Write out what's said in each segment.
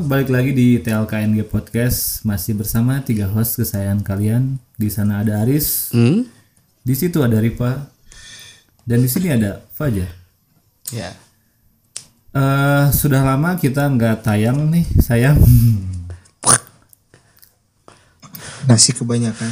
balik lagi di TLKNG Podcast, masih bersama 3 host kesayangan kalian. Di sana ada Aris, di situ ada Rifa, dan di sini ada Fajar. Ya. Sudah lama kita nggak tayang nih, sayang. Nasi kebanyakan.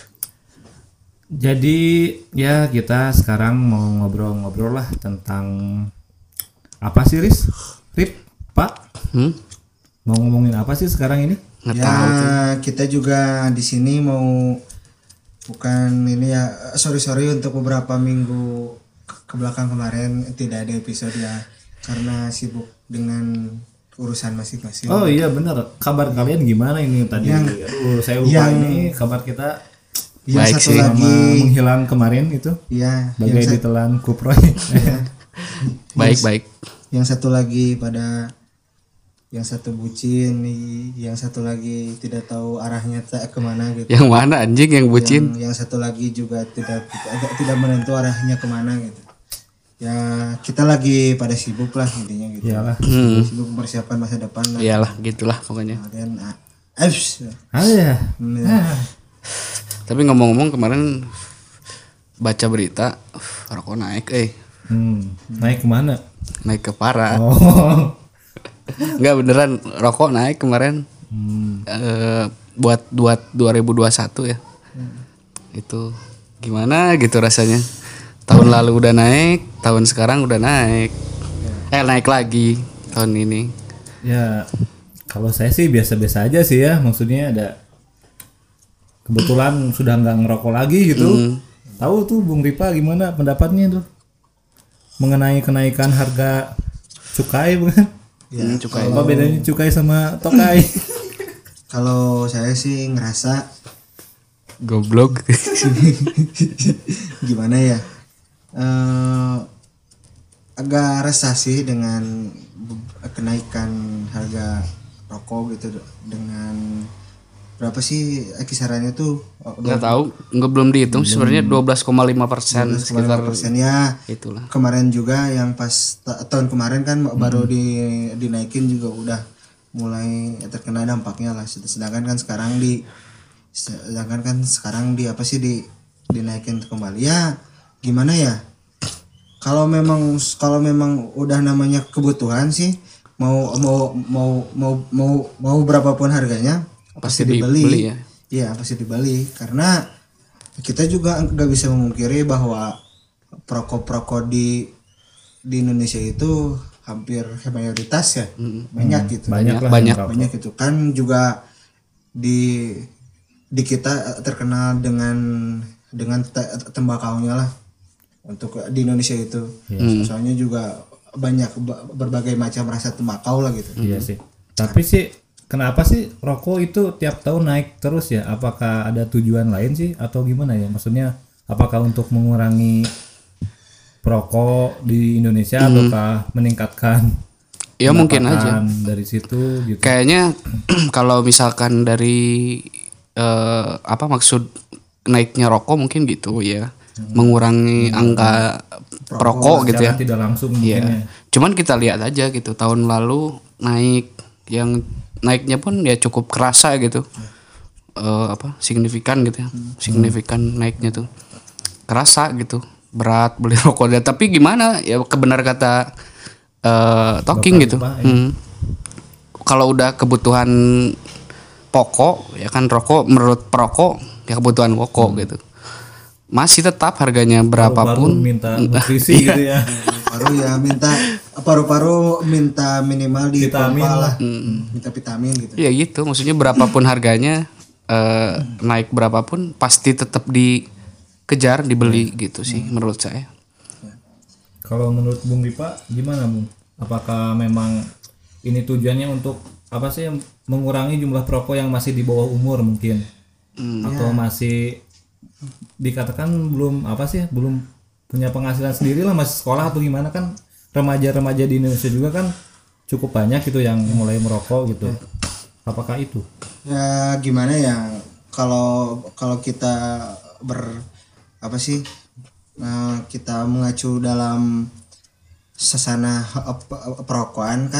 Jadi ya kita sekarang mau ngobrol-ngobrol lah tentang apa sih, Riz? Rip, Pak? Mau ngomongin apa sih sekarang ini? Kita juga di sini mau bukan ini ya, sorry untuk beberapa minggu ke belakang kemarin tidak ada episode ya karena sibuk dengan urusan masing-masing. Oh iya benar. Kabar kalian gimana ini tadi? Saya lupa ini kabar kita. Yang baik satu sih. lagi Menghilang kemarin itu. Iya. Bagai ditelan kuproy. Baik. Yang satu lagi yang satu bucin, yang satu lagi tidak tahu arahnya kemana gitu. Yang mana anjing yang bucin? Yang satu lagi juga tidak menentu arahnya kemana gitu. Ya kita lagi pada sibuk lah intinya gitu. Iyalah. Sibuk mempersiapkan masa depan lah. Iyalah gitulah pokoknya. Dan Ya. Tapi ngomong-ngomong kemarin baca berita rokok naik Naik kemana? naik ke parah. Oh. Enggak beneran rokok naik kemarin. Buat 2021 ya. Itu gimana gitu rasanya. Tahun lalu udah naik, tahun sekarang udah naik. Naik lagi tahun ini. Ya kalau saya sih biasa-biasa aja sih ya. Maksudnya ada kebetulan sudah nggak ngerokok lagi gitu. Tahu tuh Bung Ripa gimana pendapatnya tuh mengenai kenaikan harga cukai, bukan? ya, Cukai. Apa bedanya cukai sama tokai? kalau saya sih ngerasa Goblok. gimana ya? Agak resah sih dengan kenaikan harga rokok gitu dengan berapa sih kisarannya tuh? Nggak tahu, belum dihitung sebenarnya 12,5% sekitar 5% ya. itulah. Kemarin juga yang pas tahun kemarin kan baru dinaikin juga udah mulai terkena dampaknya lah. Sedangkan kan sekarang dinaikin kembali ya. Gimana ya? Kalau memang udah namanya kebutuhan sih mau berapapun harganya pasti dibeli ya. Iya pasti dibeli karena kita juga nggak bisa memungkiri bahwa perokok di Indonesia itu hampir mayoritas ya banyak gitu Banyak. gitu kan juga di kita terkenal dengan tembakaunya lah untuk di Indonesia itu. Soalnya juga banyak berbagai macam rasa tembakau lah gitu. Iya sih. Tapi sih kenapa sih rokok itu tiap tahun naik terus ya? Apakah ada tujuan lain sih atau gimana ya? Maksudnya apakah untuk mengurangi perokok di Indonesia ataukah meningkatkan Ya mungkin aja. dari situ gitu. Kayaknya kalau misalkan dari maksud naiknya rokok mungkin gitu ya. Mengurangi angka perokok gitu ya. Tidak langsung mungkin ya. Iya. Cuman kita lihat aja gitu tahun lalu naik yang naiknya pun ya cukup kerasa gitu. Signifikan gitu ya. Signifikan naiknya tuh. Kerasa gitu. Berat beli rokoknya. Tapi gimana ya kebenar kata Talking gitu. Kalau udah kebutuhan pokok ya kan rokok menurut perokok ya kebutuhan pokok gitu. Masih tetap harganya berapapun minta nutrisi gitu ya. Paru-paru minta minimal di Vitamin pompa lah. minta vitamin gitu. ya gitu maksudnya berapapun harganya naik berapapun pasti tetap dikejar dibeli gitu sih menurut saya. Kalau menurut Bung Ripa gimana Bung? Apakah memang ini tujuannya untuk apa sih mengurangi jumlah perokok yang masih di bawah umur mungkin? Atau masih dikatakan belum punya penghasilan sendiri lah, masih sekolah atau gimana? Kan remaja-remaja di Indonesia juga kan cukup banyak gitu yang mulai merokok gitu. Apakah itu? Ya gimana ya kalau kita kita mengacu dalam sasana perokokan kan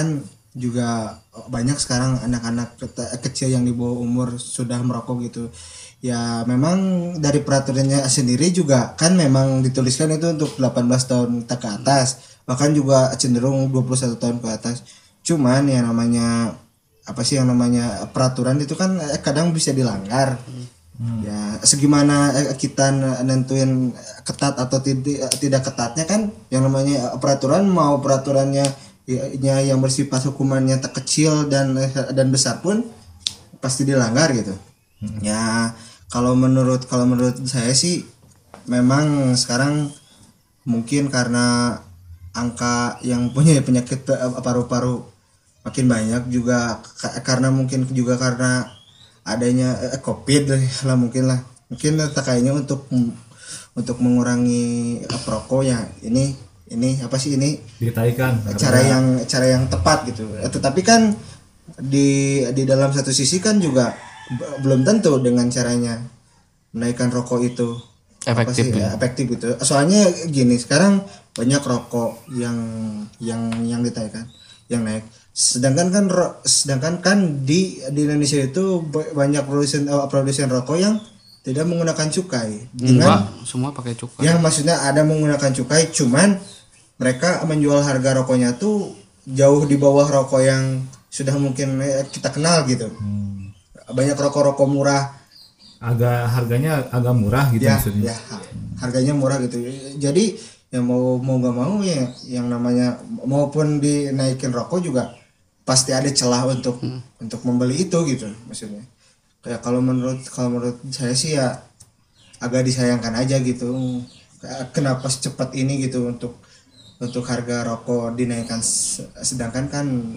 juga banyak sekarang anak-anak kecil yang di bawah umur sudah merokok gitu. Ya memang dari peraturannya sendiri juga kan memang dituliskan itu untuk 18 tahun ke atas, bahkan juga cenderung 21 tahun ke atas. Cuman yang namanya yang namanya peraturan itu kan kadang bisa dilanggar. Ya segimana kita nentuin ketat atau tidak ketatnya kan, yang namanya peraturan mau peraturannya yang bersifat hukumannya kecil dan besar pun pasti dilanggar gitu. Ya kalau menurut saya sih memang sekarang mungkin karena angka yang punya penyakit paru-paru makin banyak juga, karena mungkin juga karena adanya COVID lah, mungkin kayaknya untuk mengurangi perokok ya ini ditaikan cara yang tepat gitu. Tetapi kan di dalam satu sisi kan juga belum tentu dengan caranya menaikkan rokok itu efektif gitu. Soalnya gini, sekarang banyak rokok yang ditaikan, yang naik. Sedangkan kan di Indonesia itu banyak produsen rokok yang tidak menggunakan cukai. Semua pakai cukai. Ya maksudnya ada menggunakan cukai, cuman mereka menjual harga rokoknya tuh jauh di bawah rokok yang sudah mungkin kita kenal gitu. Banyak rokok-rokok murah, harganya agak murah gitu ya, maksudnya. Ya, harganya murah gitu. Jadi ya mau nggak mau ya yang namanya maupun dinaikin rokok juga pasti ada celah untuk membeli itu gitu maksudnya. Kayak kalau menurut saya sih ya agak disayangkan aja gitu. Kenapa secepat ini gitu untuk harga rokok dinaikkan, sedangkan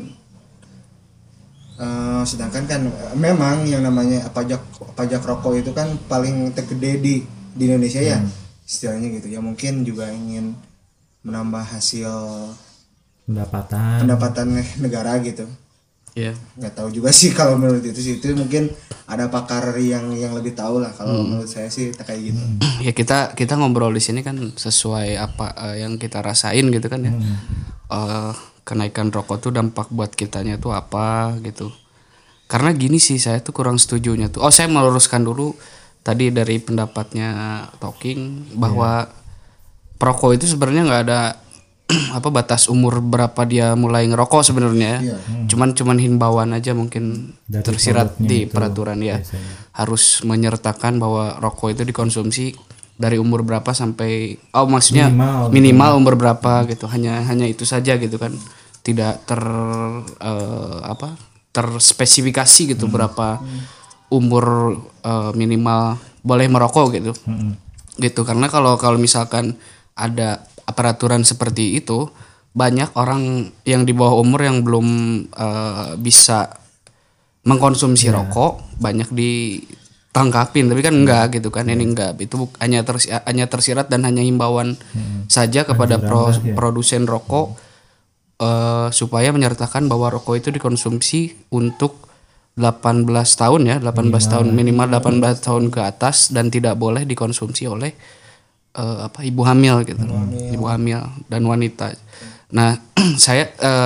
kan memang yang namanya pajak rokok itu kan paling tergede di Indonesia ya istilahnya gitu. Ya mungkin juga ingin menambah hasil pendapatan negara gitu. Iya. Nggak tahu juga sih kalau menurut itu mungkin ada pakar yang lebih tahu lah. Kalau menurut saya sih kayak gitu. Ya kita ngobrol di sini kan sesuai apa yang kita rasain gitu kan ya. Kenaikan rokok tuh dampak buat kitanya tuh apa gitu. Karena gini sih, saya tuh kurang setujunya tuh. Saya meluruskan dulu tadi dari pendapatnya Talking bahwa perokok itu sebenarnya nggak ada batas umur berapa dia mulai ngerokok sebenarnya. Cuman himbauan aja mungkin dari tersirat di peraturan ya. Biasanya. Harus menyertakan bahwa rokok itu dikonsumsi dari umur berapa sampai maksudnya minimal umur berapa gitu. Hanya itu saja gitu kan. Tidak terspesifikasi gitu berapa umur minimal boleh merokok gitu. Gitu, karena kalau misalkan ada peraturan seperti itu, banyak orang yang di bawah umur yang belum bisa mengkonsumsi rokok, banyak ditangkapin. Tapi kan enggak gitu kan. Ini enggak, itu hanya tersirat dan hanya himbauan saja kepada produsen rokok supaya menyertakan bahwa rokok itu dikonsumsi untuk 18 tahun ya, 18 tahun minimal 18 tahun ke atas, dan tidak boleh dikonsumsi oleh ibu hamil gitu. Ibu hamil dan wanita. Nah, saya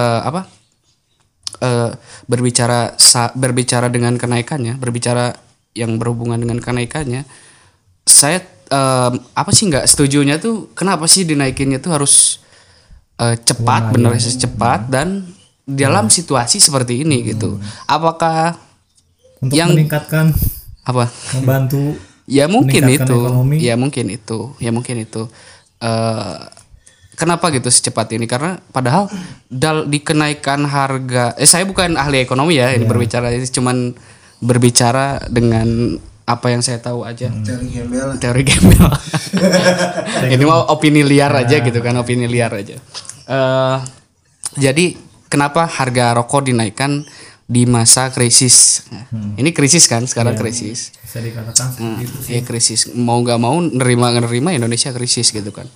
berbicara dengan kenaikannya, berbicara yang berhubungan dengan kenaikannya, saya nggak setujunya tuh kenapa sih dinaikinnya tuh harus cepat, cepat dan dalam situasi seperti ini gitu. Apakah untuk meningkatkan membantu? Ya mungkin itu. Kenapa gitu secepat ini? Karena padahal dikenaikan harga. Saya bukan ahli ekonomi ya, ini berbicara, cuman berbicara dengan apa yang saya tahu aja. Teori gembel. Ini mau opini liar aja gitu kan, opini liar aja. Jadi kenapa harga rokok dinaikkan di masa krisis? Ini krisis kan sekarang, krisis. Bisa dikatakan itu sih. Ya krisis. Mau nggak mau nerima Indonesia krisis gitu kan.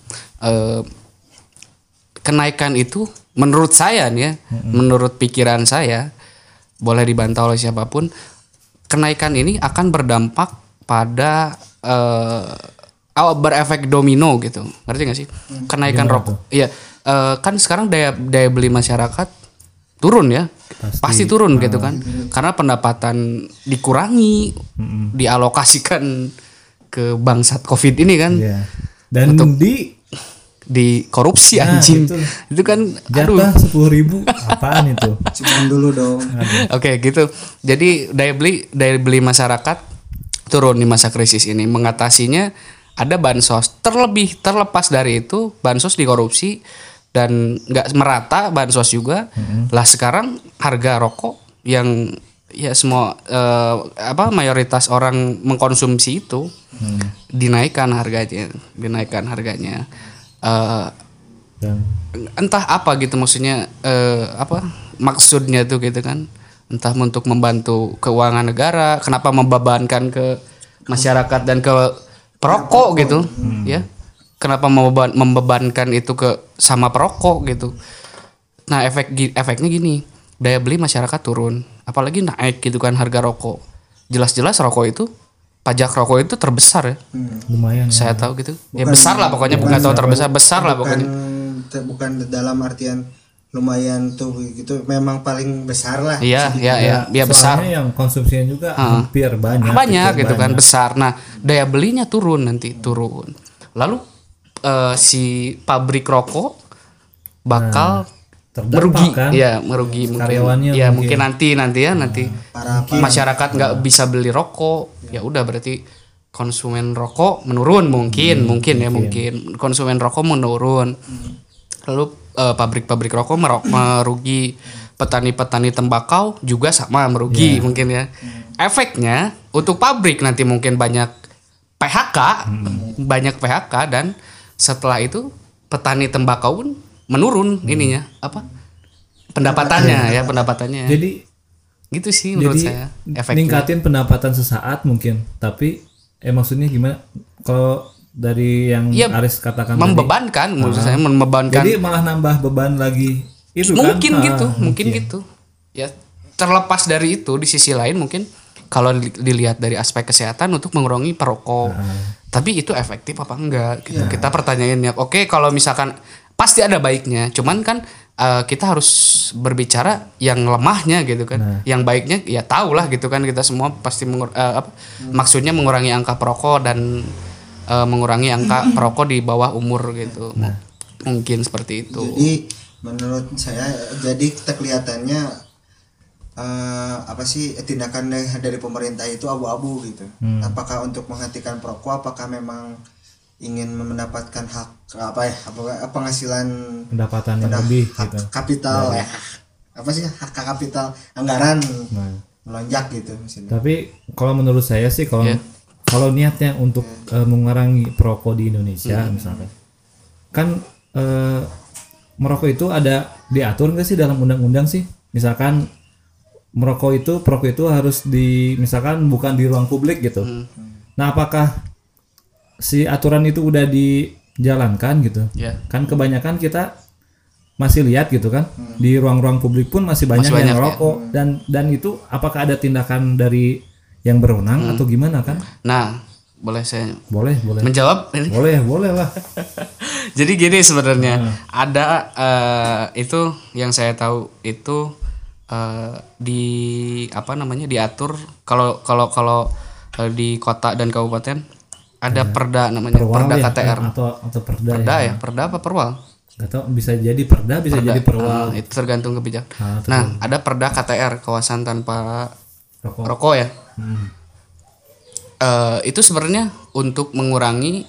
Kenaikan itu menurut saya nih ya, menurut pikiran saya, boleh dibantah oleh siapapun, kenaikan ini akan berdampak pada berefek domino gitu. Ngerti nggak sih? Kenaikan rokok. Iya. Kan sekarang daya beli masyarakat turun ya. Pasti turun gitu kan. Karena pendapatan dikurangi, dialokasikan ke bangsat Covid ini kan. Iya. Dan di korupsi anjing. Itu kan jatah 10.000 apaan itu? Cuman dulu dong. Oke, gitu. Jadi daya beli masyarakat turun di masa krisis ini. Mengatasinya ada bansos. Terlepas dari itu bansos dikorupsi dan nggak merata bansos juga. Lah sekarang harga rokok yang ya semua mayoritas orang mengkonsumsi itu dinaikkan harganya. Entah apa gitu maksudnya maksudnya tuh gitu kan, entah untuk membantu keuangan negara, kenapa membebankan ke masyarakat dan ke perokok gitu ya, kenapa membebankan itu ke sama perokok gitu. Nah efeknya gini, daya beli masyarakat turun, apalagi naik gitu kan harga rokok, jelas-jelas rokok itu pajak rokok itu terbesar ya. Lumayan. Saya tahu gitu. Ya besar lah pokoknya, bukan tahu terbesar, besar lah pokoknya. Bukan dalam artian lumayan tuh gitu, memang paling besar lah. Iya besar. Soalnya yang konsumsinya juga hampir banyak. Banyak gitu kan, besar. Nah, daya belinya turun. Lalu si pabrik rokok bakal merugi kan? Ya merugi mungkin ya mungkin nanti para masyarakat nggak bisa beli rokok, ya udah berarti konsumen rokok menurun mungkin konsumen rokok menurun, lalu pabrik rokok merugi, petani tembakau juga sama merugi mungkin ya. Efeknya untuk pabrik nanti mungkin banyak PHK dan setelah itu petani tembakau pun menurun pendapatannya. Jadi gitu sih menurut saya efeknya. Ningkatin pendapatan sesaat mungkin, tapi maksudnya gimana kalau dari yang Aris katakan membebankan tadi, menurut saya membebankan. Jadi malah nambah beban lagi itu mungkin kan? Mungkin gitu ya. Terlepas dari itu, di sisi lain mungkin kalau dilihat dari aspek kesehatan untuk mengurangi perokok, tapi itu efektif apa enggak gitu. Kita pertanyaannya, oke, kalau misalkan pasti ada baiknya, cuman kan kita harus berbicara yang lemahnya gitu kan. Yang baiknya ya tahulah gitu kan, kita semua pasti maksudnya mengurangi angka perokok dan mengurangi angka perokok di bawah umur gitu. Mungkin seperti itu. Jadi menurut saya kita kelihatannya tindakan dari pemerintah itu abu-abu gitu. Apakah untuk menghentikan perokok, apakah memang ingin mendapatkan hak penghasilan pendapatan yang lebih gitu. Kapital hak kapital anggaran melonjak gitu misalnya. Tapi kalau menurut saya sih kalau niatnya untuk mengurangi perokok di Indonesia misalnya kan merokok itu ada diatur nggak sih dalam undang-undang sih, misalkan perokok itu harus misalkan bukan di ruang publik gitu. Nah apakah si aturan itu udah dijalankan gitu? Kan kebanyakan kita masih lihat gitu kan, di ruang-ruang publik pun masih banyak yang merokok dan itu apakah ada tindakan dari yang berwenang atau gimana kan? Nah, boleh saya menjawab ini? Boleh lah. Jadi gini sebenarnya ada itu yang saya tahu itu diatur kalau di kota dan kabupaten ada perda namanya perda KTR atau perda ya perda apa perwal nggak tahu, bisa jadi perda bisa jadi perwal, itu tergantung kebijakan. Nah ada perda KTR kawasan tanpa rokok ya. Itu sebenarnya untuk mengurangi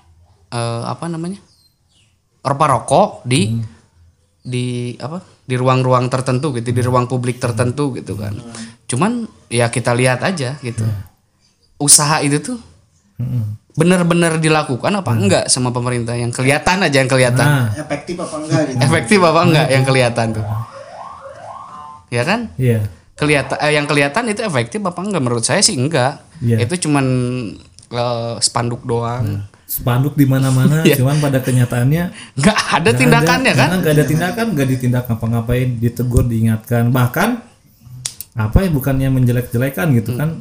rokok di ruang-ruang tertentu gitu, di ruang publik tertentu gitu kan. Cuman ya kita lihat aja gitu. Usaha itu tuh benar-benar dilakukan apa enggak sama pemerintah, yang kelihatan aja yang kelihatan. Efektif apa enggak gitu. Efektif apa enggak yang kelihatan tuh. Ya kan? Iya. Yang kelihatan itu efektif apa enggak, menurut saya sih enggak. Itu cuman spanduk doang. Spanduk di mana-mana, cuman pada kenyataannya nggak ada tindakannya kan? Nggak ada tindakan, nggak ditindak ngapa-ngapain, ditegur, diingatkan, bahkan bukannya menjelek-jelekan gitu kan?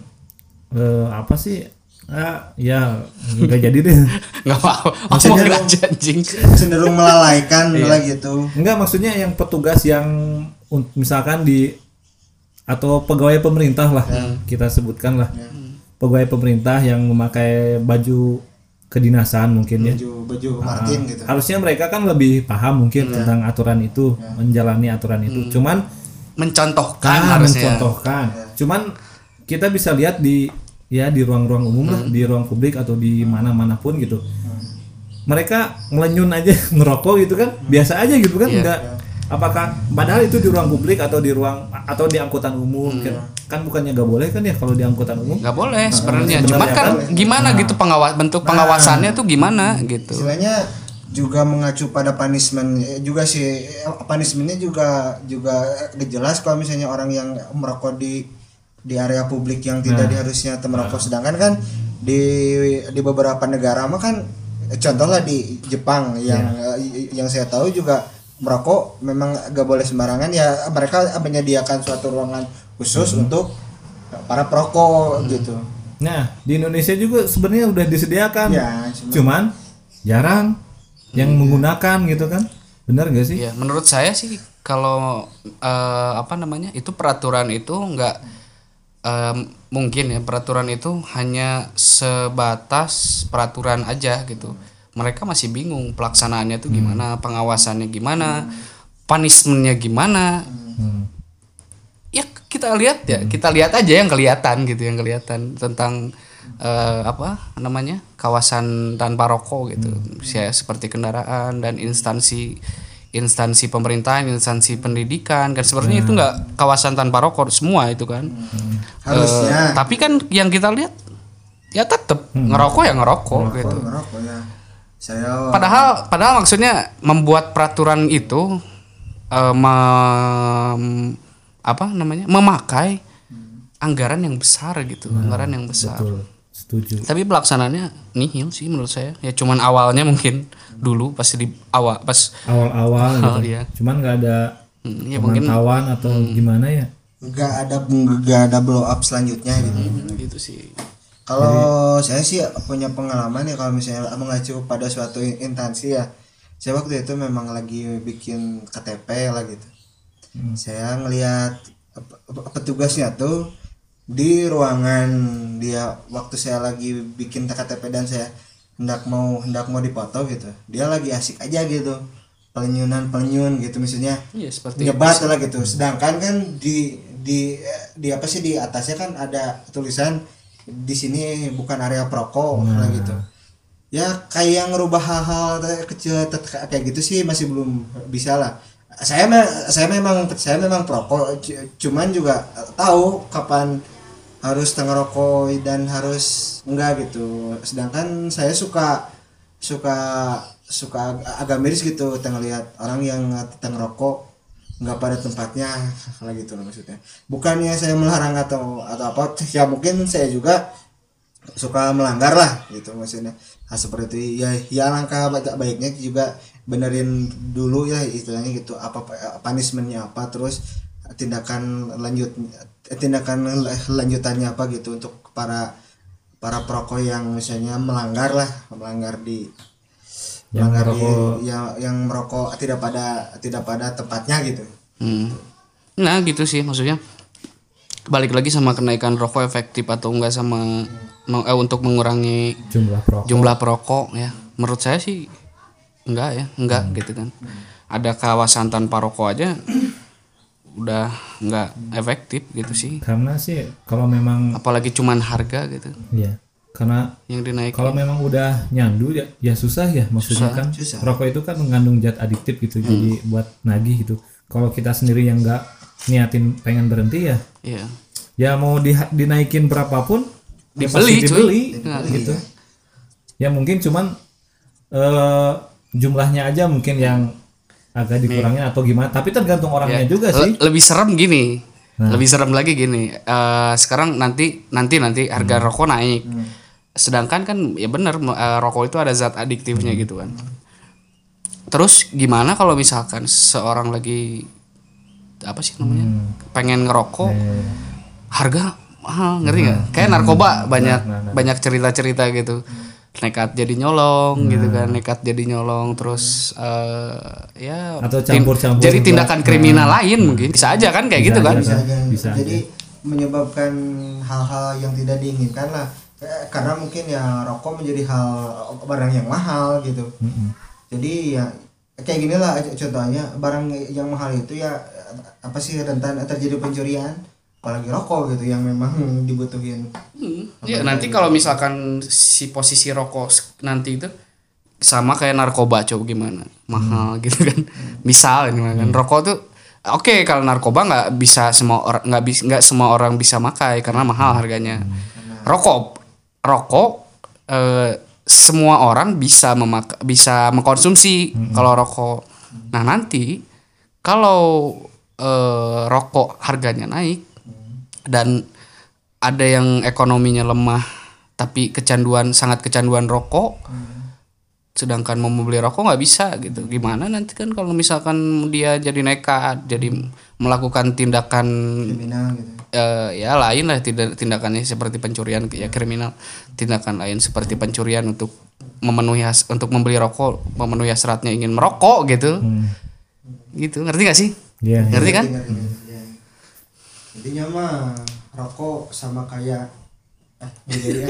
Ya nggak jadi deh. Nggak mau. Cenderung melalaikan lah gitu. Enggak, maksudnya yang petugas yang misalkan atau pegawai pemerintah lah kita sebutkan lah. Pegawai pemerintah yang memakai baju kedinasan mungkin baju Martin gitu. Harusnya mereka kan lebih paham mungkin tentang aturan itu, menjalani aturan itu. Cuman mencontohkan harusnya. Cuman kita bisa lihat di ruang-ruang umum lah, di ruang publik atau di mana-manapun gitu. Mereka ngelenyun aja ngerokok gitu kan, biasa aja gitu kan, enggak. Apakah padahal itu di ruang publik atau di ruang atau di angkutan umum kan bukannya nggak boleh kan ya kalau di angkutan umum? Nggak boleh sebenarnya. Cuman kan gimana gitu bentuk pengawasannya tuh gimana gitu. Istilahnya juga mengacu pada punishment juga sih. Punishmentnya juga jelas kalau misalnya orang yang merokok di area publik yang tidak diharusnya merokok. Sedangkan kan di beberapa negara mah kan contohnya di Jepang yang saya tahu juga merokok memang gak boleh sembarangan ya, mereka menyediakan suatu ruangan khusus untuk para perokok gitu. Nah di Indonesia juga sebenarnya udah disediakan cuman jarang yang menggunakan gitu kan, benar gak sih? Ya menurut saya sih kalau itu peraturan itu nggak mungkin ya, peraturan itu hanya sebatas peraturan aja gitu. Mereka masih bingung pelaksanaannya tuh gimana, pengawasannya gimana, punishmentnya gimana. Ya kita lihat aja yang kelihatan tentang kawasan tanpa rokok gitu. Ya, seperti kendaraan dan instansi pemerintahan, instansi pendidikan kan sebenarnya itu nggak kawasan tanpa rokok semua itu kan. Harusnya. Tapi kan yang kita lihat ya tetap ngerokok gitu. Ngerokok ya. Padahal maksudnya membuat peraturan itu memakai anggaran yang besar gitu, anggaran yang besar. Betul, setuju. Tapi pelaksanaannya nihil sih menurut saya. Ya cuman awalnya mungkin dulu pas awal-awal gitu. Iya. Cuman nggak ada pemantauan atau gimana ya? Nggak ada blow up selanjutnya gitu. Gitu sih. Kalau saya sih punya pengalaman ya, kalau misalnya mengacu pada suatu instansi ya. Saya waktu itu memang lagi bikin KTP lah gitu. Saya ngelihat petugasnya tuh di ruangan dia waktu saya lagi bikin KTP dan saya hendak mau difoto gitu. Dia lagi asik aja gitu. Pelenyun gitu misalnya. Iya, seperti nyebat lah gitu. Sedangkan kan di atasnya kan ada tulisan di sini bukan area perokok lah gitu. Ya kayak ngerubah hal-hal kecil kayak gitu sih masih belum bisa lah. Saya memang perokok, cuman juga tahu kapan harus ngerokok dan harus enggak gitu. Sedangkan saya suka agak miris gitu ngelihat orang yang ngerokok nggak pada tempatnya lah gitu loh maksudnya. Bukannya saya melarang atau apa ya, mungkin saya juga suka melanggar lah gitu maksudnya. Nah, seperti itu ya langkah baiknya juga benerin dulu ya istilahnya gitu, apa punishmentnya apa, terus tindakan lanjutannya apa gitu untuk para perokok yang misalnya melanggar yang merokok tidak pada tempatnya gitu. Nah gitu sih maksudnya, balik lagi sama kenaikan rokok efektif atau enggak sama untuk mengurangi jumlah perokok ya. Menurut saya sih enggak gitu kan. Ada kawasan tanpa rokok aja udah enggak efektif gitu sih. Karena sih kalau memang apalagi cuman harga gitu. Iya. Karena yang dinaik kalau memang udah nyandu ya susah ya maksudnya susah. Rokok itu kan mengandung zat adiktif gitu, jadi buat nagih gitu. Kalau kita sendiri yang nggak niatin pengen berhenti ya ya mau dinaikin berapapun dibeli gitu ya mungkin cuman jumlahnya aja mungkin yang agak dikurangin atau gimana, tapi tergantung orangnya juga sih. Lebih serem gini, lebih serem lagi gini, sekarang nanti harga rokok naik. Sedangkan kan ya benar rokok itu ada zat adiktifnya gitu kan. Terus gimana kalau misalkan seorang lagi apa sih namanya pengen ngerokok, harga mahal, ngerti nggak? Kayak narkoba banyak cerita gitu. nekat jadi nyolong gitu kan, nekat jadi nyolong terus ya atau campur-campur jadi tindakan kriminal lain mungkin bisa aja kan kayak gitu kan. Bisa jadi menyebabkan hal-hal yang tidak diinginkan lah, karena mungkin ya rokok menjadi barang yang mahal gitu. Jadi ya kayak gini lah contohnya, barang yang mahal itu ya apa sih rentan terjadi pencurian, apalagi rokok gitu yang memang dibutuhin. Ya nanti kalau misalkan si posisi rokok nanti itu sama kayak narkoba, coba gimana mahal gitu kan. Misal ini kan rokok tuh oke, kalau narkoba nggak bisa semua orang, nggak semua orang bisa makai karena mahal harganya. Rokok semua orang bisa mengkonsumsi kalau rokok. Nah nanti kalau rokok harganya naik dan ada yang ekonominya lemah tapi sangat kecanduan rokok, sedangkan mau membeli rokok nggak bisa gitu. Gimana nanti kan kalau misalkan dia jadi nekat, jadi melakukan tindakan kriminal gitu. Ya lain lah, tindakannya seperti pencurian ya kriminal, tindakan lain seperti pencurian untuk untuk membeli rokok, memenuhi hasratnya ingin merokok gitu. Gitu, ngerti gak sih? Iya. Ngerti kan? Ya. Intinya mah rokok sama kayak jadi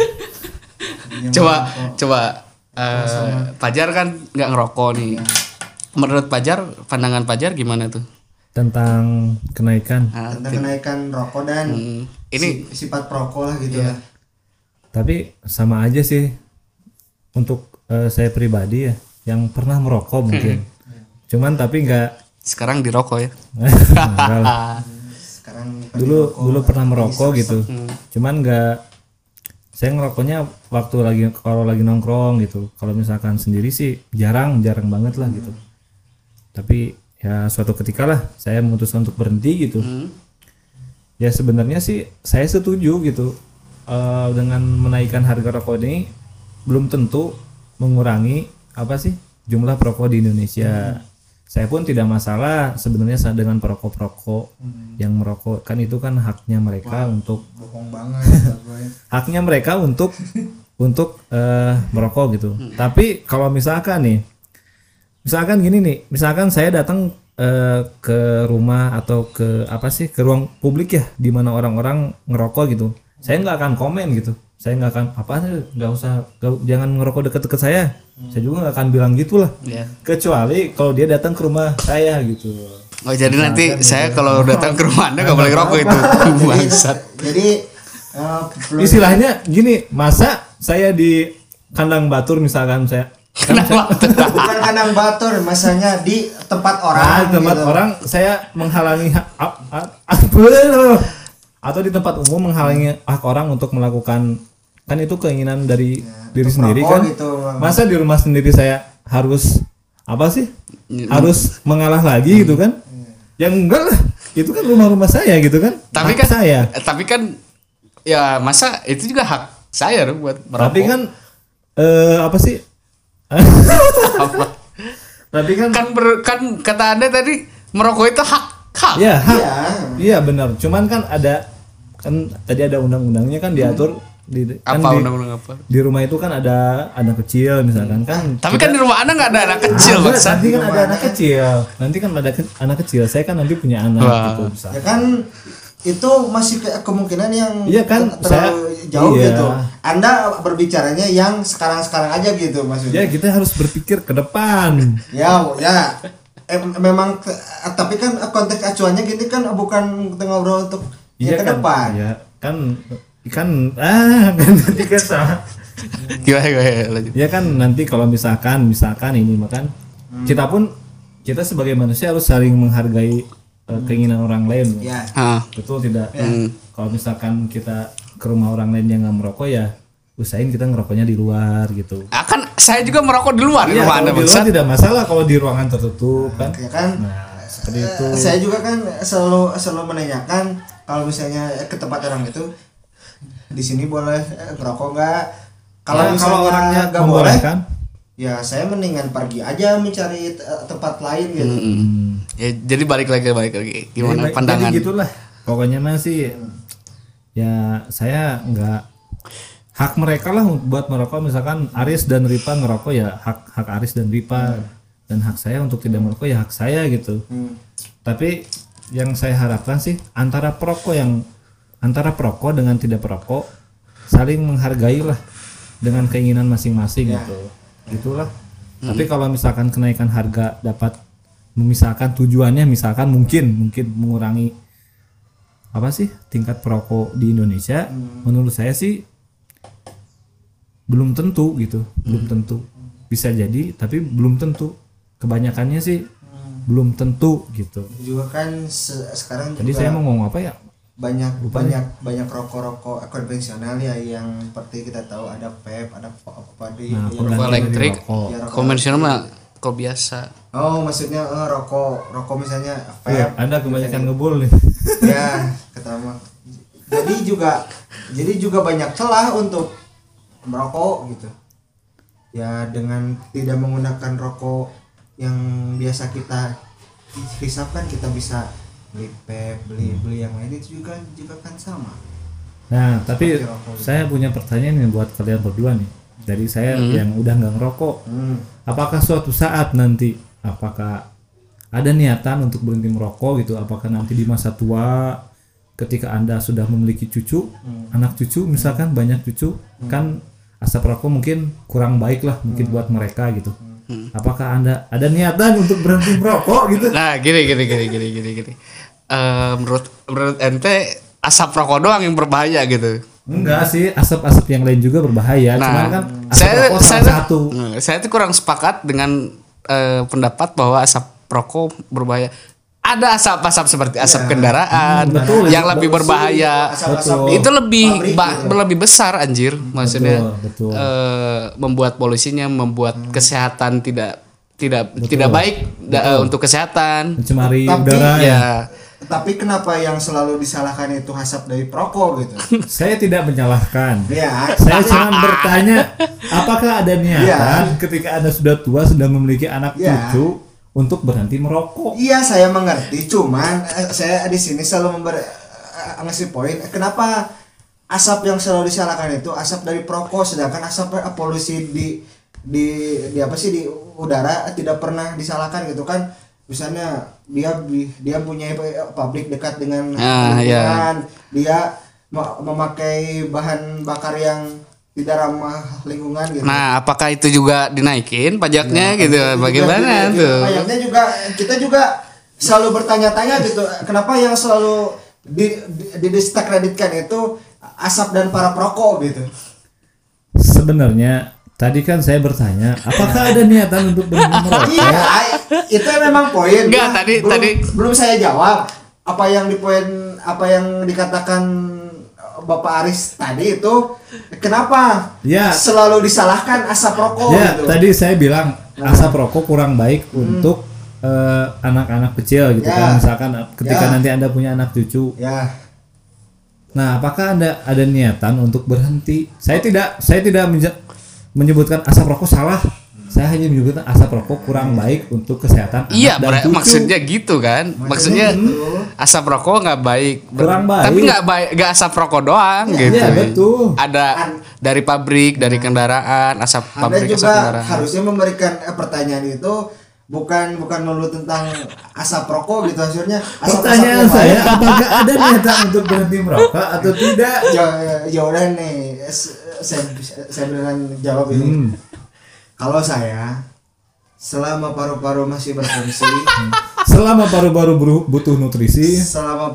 Coba Pajar kan nggak ngerokok nih. Menurut Pajar, pandangan Pajar gimana tuh? Tentang kenaikan. tentang kenaikan rokok dan ini sifat perokok lah gitu lah. Tapi sama aja sih untuk saya pribadi ya, yang pernah merokok mungkin. Cuman tapi nggak sekarang dirokok ya. enggak lah. Sekarang dulu pernah merokok gitu. Cuman saya ngerokoknya waktu kalau lagi nongkrong gitu. Kalau misalkan sendiri sih jarang banget lah gitu. Tapi ya suatu ketika lah saya memutuskan untuk berhenti gitu. Ya sebenarnya sih saya setuju gitu dengan menaikkan harga rokok ini belum tentu mengurangi jumlah perokok di Indonesia. Saya pun tidak masalah sebenarnya dengan perokok yang merokok, kan itu kan haknya mereka untuk bohong banget haknya mereka untuk merokok gitu. Tapi kalau misalkan gini nih, misalkan saya datang ke rumah atau ke ruang publik ya, di mana orang-orang ngerokok gitu, saya nggak akan komen gitu. Saya nggak akan jangan ngerokok deket-deket saya. Saya juga nggak akan bilang gitulah. Kecuali kalau dia datang ke rumah saya gitu. Oh jadi nanti saya kalau datang ke rumah Anda nggak boleh ngerokok itu. Jadi istilahnya gini, masa saya di kandang batur misalkan saya bukan kandang batur, masanya di tempat orang. Tempat orang saya menghalangi atau di tempat umum menghalangi hak orang untuk melakukan, kan itu keinginan dari diri sendiri kan gitu. Masa di rumah sendiri saya harus harus mengalah lagi gitu kan? Yang enggak lah, itu kan rumah saya gitu kan. Tapi kan ya masa itu juga hak saya dong buat merokok. Tapi kan tapi kan kata Anda tadi merokok itu hak. Ya, hak. Iya benar. Cuman kan tadi ada undang-undangnya kan diatur undang-undang apa? Di rumah itu kan ada anak kecil misalkan kan. Tapi kan di rumah Anda nggak ada anak kecil. Nanti kan ada anak kecil. Anak kecil. Saya kan nanti punya anak gitu misalkan. Ya kan itu masih kemungkinan yang terlalu jauh gitu. Anda berbicaranya yang sekarang aja gitu maksudnya. Ya kita harus berpikir ke depan. Ya. Memang tapi kan konteks acuannya gini kan bukan kita ngobrol untuk ke depan. Iya kan nanti kan sama. Gimana lanjut. Ya kan nanti kalau misalkan ini makan kita sebagai manusia harus saling menghargai keinginan orang lain. Ya. Betul tidak? Kalau misalkan kita ke rumah orang lain yang nggak merokok ya usahain kita ngerokoknya di luar gitu. Kan saya juga merokok di luar. Iya, kalau di luar tidak masalah kalau di ruangan tertutup kan. Ya kan. Nah, seperti itu. Saya juga kan selalu menanyakan kalau misalnya ke tempat orang itu di sini boleh ngerokok nggak? Kalau orangnya nggak boleh kan? Ya saya mendingan pergi aja mencari tempat lain gitu. Ya jadi balik lagi gimana pandangan? Jadi gitulah. Pokoknya masih ya saya nggak hak mereka lah buat merokok. Misalkan Aris dan Ripa ngerokok ya hak Aris dan Ripa, dan hak saya untuk tidak merokok ya hak saya gitu. Tapi yang saya harapkan sih antara perokok dengan tidak perokok saling menghargai lah dengan keinginan masing-masing gitu. Gitulah. Tapi kalau misalkan kenaikan harga dapat memisahkan tujuannya, misalkan mungkin mengurangi apa sih tingkat perokok di Indonesia, menurut saya sih belum tentu gitu, belum tentu. Bisa jadi tapi belum tentu. Kebanyakannya sih belum tentu gitu. Juga kan sekarang Tadi juga saya mau ngomong apa ya? banyak rokok konvensional ya, yang seperti kita tahu ada vape, ada apa di Rokok elektrik, konvensional mah kok biasa. Oh, maksudnya rokok misalnya vape. Ada kebanyakan ngebul nih. Ya, ketama. Jadi juga banyak celah untuk merokok gitu. Ya dengan tidak menggunakan rokok yang biasa kita hisapkan, kita bisa beli vape, beli yang lain itu juga kan sama. Nah, tapi saya punya pertanyaan nih buat kalian berdua nih. Dari saya yang udah nggak ngerokok, apakah suatu saat nanti, apakah ada niatan untuk berhenti merokok gitu? Apakah nanti di masa tua, ketika Anda sudah memiliki cucu, anak cucu misalkan banyak cucu, kan asap rokok mungkin kurang baik lah mungkin buat mereka gitu. Apakah Anda ada niatan untuk berhenti merokok gitu? Nah, gini. Menurut ente asap rokok doang yang berbahaya gitu. Enggak sih, asap-asap yang lain juga berbahaya. Nah, cuman kan asap rokok salah satu. Saya tuh kurang sepakat dengan pendapat bahwa asap rokok berbahaya. Ada asap-asap seperti asap kendaraan betul, yang lebih berbahaya. Asap-asap Itu lebih pabrik, lebih besar anjir, maksudnya Betul. membuat polusinya, membuat kesehatan tidak baik untuk kesehatan. Mencemari Tapi, udara ya. Ya. Tapi kenapa yang selalu disalahkan itu asap dari perokok gitu? Saya tidak menyalahkan. Ya. Saya cuma bertanya, apakah ada niatan ketika Anda sudah tua, sudah memiliki anak cucu untuk berhenti merokok? Iya, saya mengerti. Cuman saya di sini selalu ngasih poin. Kenapa asap yang selalu disalahkan itu asap dari perokok, sedangkan asap polusi di apa sih di udara tidak pernah disalahkan gitu kan? Misalnya dia punya pabrik dekat dengan lingkungan, dia memakai bahan bakar yang tidak ramah lingkungan gitu. Nah, apakah itu juga dinaikin pajaknya gitu? Bagaimana tuh? Pajaknya juga kita juga selalu bertanya-tanya gitu. Kenapa yang selalu didiskreditkan itu asap dan para perokok gitu? Sebenarnya tadi kan saya bertanya, apakah ada niatan untuk berhenti merokok? Iya, itu memang poin. Enggak, belum saya jawab apa yang dikatakan Bapak Aris tadi itu, kenapa selalu disalahkan asap rokok gitu. Tadi saya bilang asap rokok kurang baik untuk anak-anak kecil gitu kan, misalkan ketika nanti Anda punya anak cucu. Nah, apakah Anda ada niatan untuk berhenti? Saya tidak menyebutkan asap rokok salah. Saya hanya menyebutkan asap rokok kurang baik untuk kesehatan anak dan cucu. Maksudnya gitu kan. Maksudnya asap rokok nggak baik. Kurang baik. Tapi nggak asap rokok doang gitu. Iya, betul. Ada dari pabrik, dari kendaraan, asap pabrik, Anda asap kendaraan. juga harusnya memberikan pertanyaan itu bukan melulu tentang asap rokok gitu, hasilnya pertanyaan saya apakah ada niatan untuk berhenti merokok atau tidak? Ya udah nih, saya beneran jawab ini. Kalau saya selama paru-paru masih berfungsi, selama paru-paru butuh nutrisi, selama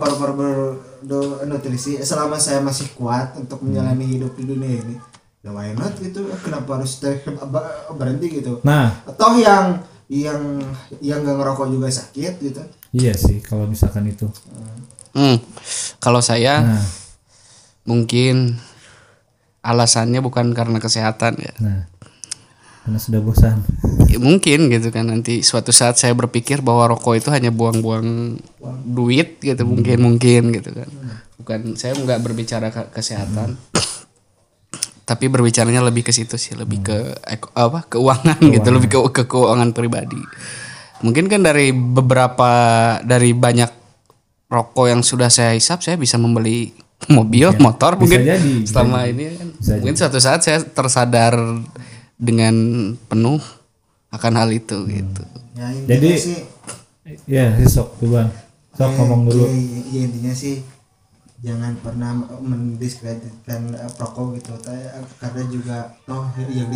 saya masih kuat untuk menjalani hidup di dunia ini, ya why not gitu? Kenapa harus berhenti gitu? Nah, atau yang nggak ngerokok juga sakit gitu? Iya sih kalau misalkan itu. Kalau saya mungkin alasannya bukan karena kesehatan ya. Nah, karena sudah bosan. Mungkin gitu kan, nanti suatu saat saya berpikir bahwa rokok itu hanya buang-buang duit gitu, mungkin gitu kan. Bukan, saya nggak berbicara kesehatan. Tapi berbicaranya lebih ke situ sih, lebih ke keuangan gitu, lebih ke keuangan pribadi. Mungkin kan dari banyak rokok yang sudah saya hisap, saya bisa membeli mobil, motor Bisa mungkin jadi, selama bisa ini kan Bisa mungkin suatu saat saya tersadar dengan penuh akan hal itu gitu. Ya, intinya Jadi sih ya sok duluan. Sok ngomong dulu. ya, intinya sih jangan pernah mendiskreditkan perokok gitu. Karena juga yang di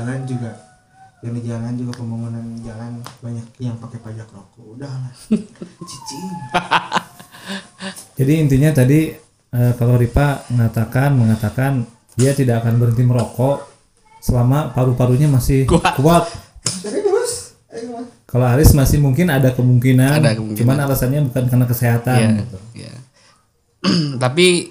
jalan juga pembangunan jalan banyak yang pakai pajak rokok. Udahlah. Cicing. Jadi intinya tadi kalau Ripa mengatakan dia tidak akan berhenti merokok selama paru-parunya masih kuat. Serius? Ayo, Mas. Kalau Aris masih mungkin ada kemungkinan, cuman alasannya bukan karena kesehatan. Gitu. Iya. Tapi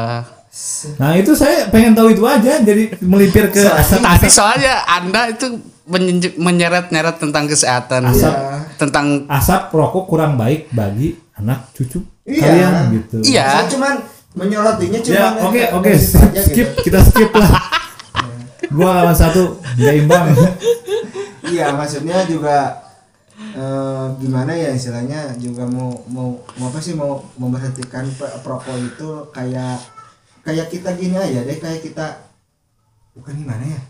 Nah itu saya pengen tahu itu aja, jadi melipir ke tadi soalnya Anda itu menyeret-nyeret tentang kesehatan, tentang asap rokok kurang baik bagi anak cucu Iya. kalian gitu. iya. Saya cuman menyorotinya Ya cuman oke skip kita skip lah. Gua lawan satu nggak imbang. Iya, maksudnya juga gimana ya istilahnya juga mau apa sih mau memberhentikan perokok itu kayak kita gini aja deh, kayak kita bukan gimana ya,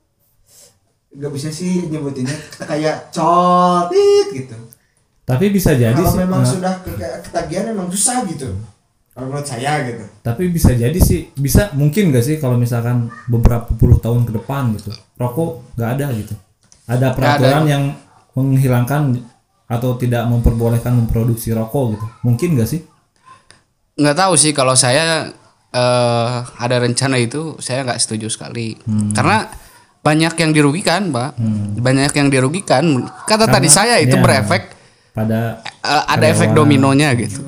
nggak bisa sih nyebutinnya kayak cotit gitu. Tapi bisa jadi Kalau sih. memang sudah ketagihan memang susah gitu. Kalau menurut saya gitu. Tapi bisa jadi sih, bisa mungkin gak sih kalau misalkan beberapa puluh tahun ke depan gitu, rokok nggak ada gitu. Ada peraturan yang menghilangkan atau tidak memperbolehkan memproduksi rokok gitu. Mungkin gak sih? Nggak tahu sih, kalau saya ada rencana itu saya nggak setuju sekali. Karena banyak yang dirugikan, Pak. Banyak yang dirugikan. Kata tadi saya itu berefek pada ada efek dominonya gitu.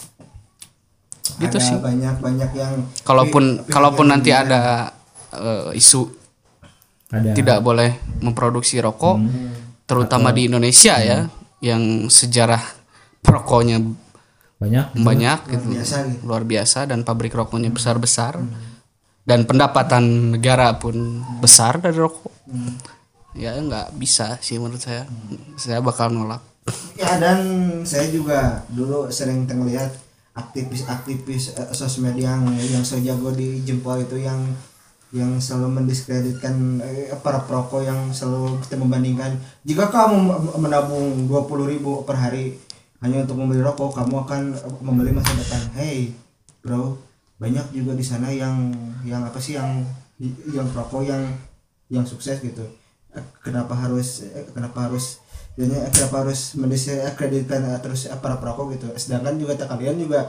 Gitu Ada sih. banyak yang Kalaupun nanti ada isu ada tidak boleh memproduksi rokok, terutama di Indonesia ya, yang sejarah perokoknya banyak gitu, luar biasa, dan pabrik rokoknya besar-besar, dan pendapatan negara pun besar dari rokok. Ya nggak bisa sih menurut saya bakal nolak. Ya, dan saya juga dulu sering ngelihat aktivis sosmed yang so jago di jempol itu yang selalu mendiskreditkan para perokok, yang selalu kita membandingkan, jika kamu menabung 20.000 per hari hanya untuk membeli rokok, kamu akan membeli masa depan. Hey bro, banyak juga di sana yang apa sih yang perokok yang sukses gitu. Kenapa harus mendiskreditkan terus para perokok gitu, sedangkan juga kalian juga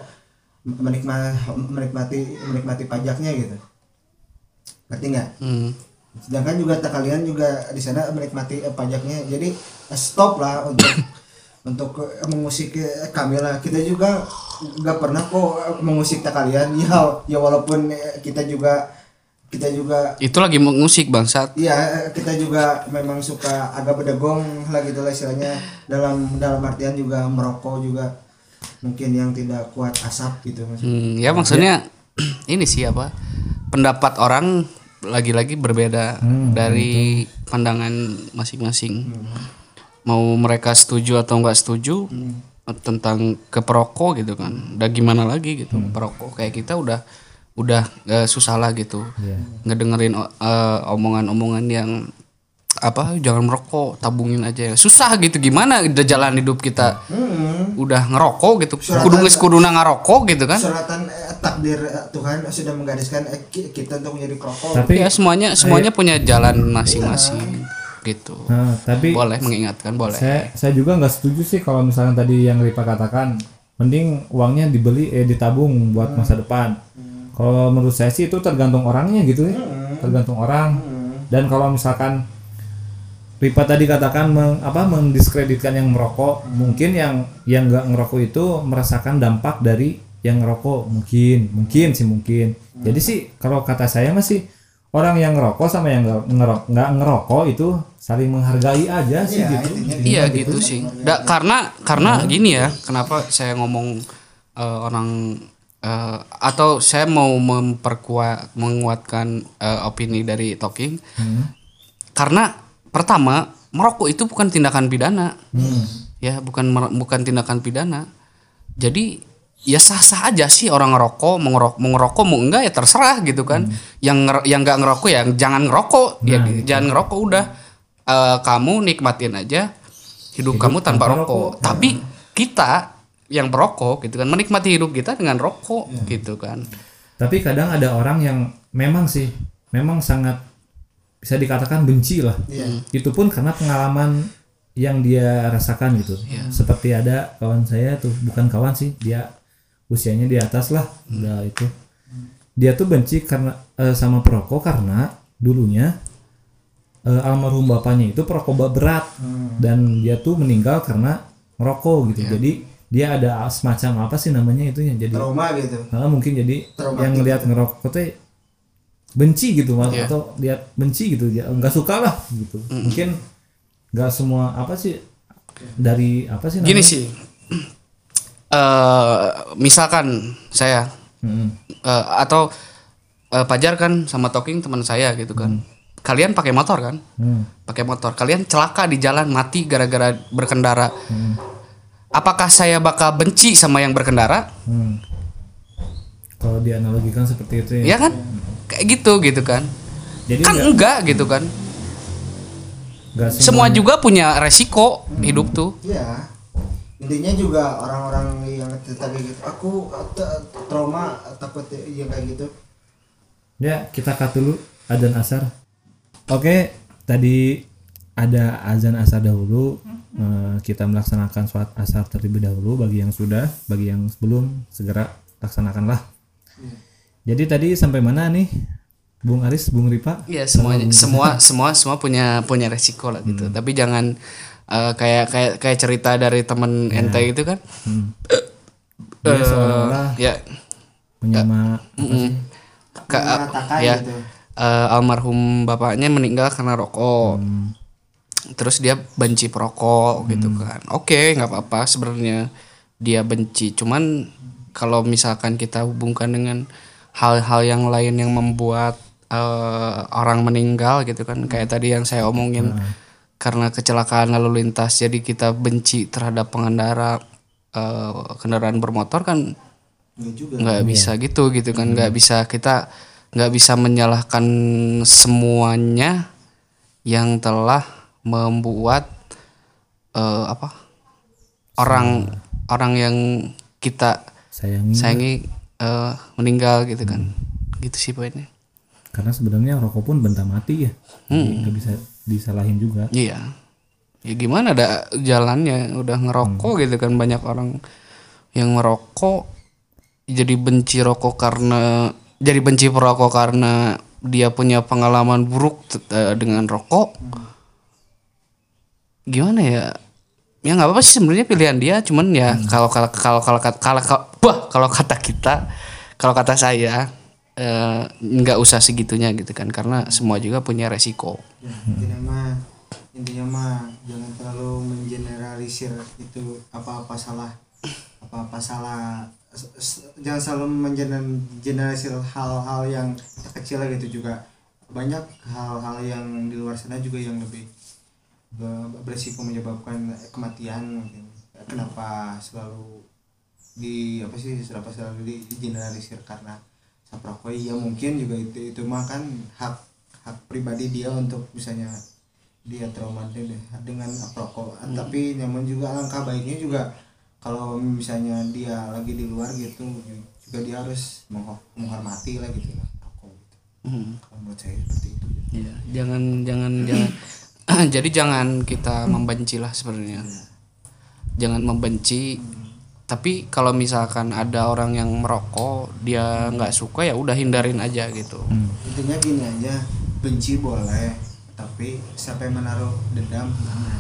menikmati pajaknya gitu, ngerti nggak? Sedangkan juga kalian juga di sana menikmati pajaknya. Jadi stop lah untuk mengusik kami lah. Kita juga nggak pernah kok mengusik kalian ya walaupun kita juga Itu lagi mengusik bangsat. iya, kita juga memang suka agak bedegong lah gitu lah istilahnya, dalam artian juga merokok juga mungkin yang tidak kuat asap gitu maksudnya. Ya maksudnya ini sih apa, pendapat orang lagi-lagi berbeda dari pandangan masing-masing. Mau mereka setuju atau nggak setuju tentang ke perokok gitu kan, udah gimana lagi gitu. Perokok kayak kita udah susah lah gitu, ngedengerin omongan-omongan yang apa, jangan merokok, tabungin aja, susah gitu. Gimana udah jalan hidup kita udah ngerokok gitu, kuduna ngerokok gitu kan. Suratan takdir Tuhan sudah menggariskan kita untuk menjadi perokok. Tapi ya semuanya punya jalan masing-masing gitu. Nah, tapi boleh mengingatkan, boleh. Saya juga nggak setuju sih kalau misalnya tadi yang Ripa katakan, mending uangnya ditabung buat masa depan. Kalau menurut saya sih itu tergantung orangnya gitu ya, tergantung orang. Dan kalau misalkan Ripa tadi katakan mendiskreditkan yang merokok, mungkin yang nggak ngerokok itu merasakan dampak dari yang ngerokok, mungkin. Jadi sih kalau kata saya masih orang yang ngerokok sama yang nggak ngerokok itu saling menghargai aja sih gitu. Iya gitu sih. Karena gini ya, kenapa saya ngomong orang atau saya mau menguatkan opini dari Talking. Karena pertama, merokok itu bukan tindakan pidana. Ya, bukan tindakan pidana. Jadi ya sah-sah aja sih orang ngerokok, mau ngerokok mau enggak ya terserah gitu kan. Yang enggak ngerokok ya jangan ngerokok, ya jangan ngerokok udah. Kamu nikmatin aja hidup kamu tanpa rokok. Tapi kita yang perokok gitu kan menikmati hidup kita dengan rokok gitu kan. Tapi kadang ada orang yang memang sangat bisa dikatakan benci lah. Itu pun karena pengalaman yang dia rasakan gitu. Seperti ada kawan saya tuh, bukan kawan sih, dia usianya di atas lah, udah itu. Dia tuh benci karena sama perokok karena dulunya almarhum bapaknya itu perokok berat dan dia tuh meninggal karena ngerokok gitu. Jadi dia ada semacam apa sih namanya itunya, jadi trauma gitu. Mungkin jadi yang ngelihat ngerokok tuh benci gitu atau lihat benci gitu, ya nggak suka lah gitu. Mungkin nggak semua apa sih dari apa sih namanya? Gini sih. Misalkan saya atau Pajar kan sama Talking teman saya gitu kan. Kalian pakai motor kan? Pakai motor. Kalian celaka di jalan, mati gara-gara berkendara. Apakah saya bakal benci sama yang berkendara? Kalau dianalogikan seperti itu ya kan? Kayak gitu kan. Jadi kan enggak gitu kan. Semua juga punya resiko hidup tuh. Iya. Intinya juga orang-orang yang tadi gitu, aku trauma takut yang kayak gitu. Ya, kita cut dulu azan asar. Oke, tadi ada azan asar dahulu. Kita melaksanakan sholat asar terlebih dahulu. Bagi yang sudah, bagi yang belum, segera laksanakanlah. Jadi tadi sampai mana nih, Bung Aris, Bung Ripa? Iya, semua punya resiko lah gitu. Tapi jangan kayak cerita dari temen ente itu kan. Dia seolah-olah menyama gitu. Almarhum bapaknya meninggal karena rokok. Terus dia benci perokok gitu kan. Oke, nggak apa-apa sebenarnya dia benci. Cuman kalau misalkan kita hubungkan dengan hal-hal yang lain yang membuat orang meninggal gitu kan, kayak tadi yang saya omongin. Karena kecelakaan lalu lintas jadi kita benci terhadap pengendara kendaraan bermotor kan nggak bisa gitu kan. Kita nggak bisa menyalahkan semuanya yang telah membuat orang yang kita sayangi meninggal gitu kan. Gitu sih poinnya. Karena sebenarnya rokok pun benda mati ya. Nggak bisa disalahin juga. Iya. Ya gimana, ada jalannya, udah ngerokok gitu kan. Banyak orang yang ngerokok jadi benci perokok karena dia punya pengalaman buruk dengan rokok. Gimana ya? Ya nggak apa-apa sih sebenarnya pilihan dia, cuman ya kalau kata saya nggak usah segitunya gitu kan, karena semua juga punya resiko. Intinya mah jangan terlalu mengeneralisir itu apa-apa salah, jangan selalu mengeneralisir hal-hal yang kecil gitu. Juga banyak hal-hal yang di luar sana juga yang lebih beresiko menyebabkan kematian mungkin. Kenapa selalu selalu digeneralisir karena perokok? Ya mungkin juga itu mah kan hak pribadi dia untuk misalnya dia trauma dengan perokok. Tapi namun juga alangkah baiknya juga kalau misalnya dia lagi di luar gitu juga dia harus menghormati lah gitu perokok gitu. Kalau menurut saya seperti itu. Iya, jangan jadi jangan kita membenci lah sebenarnya. Jangan membenci. Tapi kalau misalkan ada orang yang merokok dia nggak suka, ya udah hindarin aja gitu. Intinya gini aja, benci boleh, tapi sampai menaruh dendam jangan.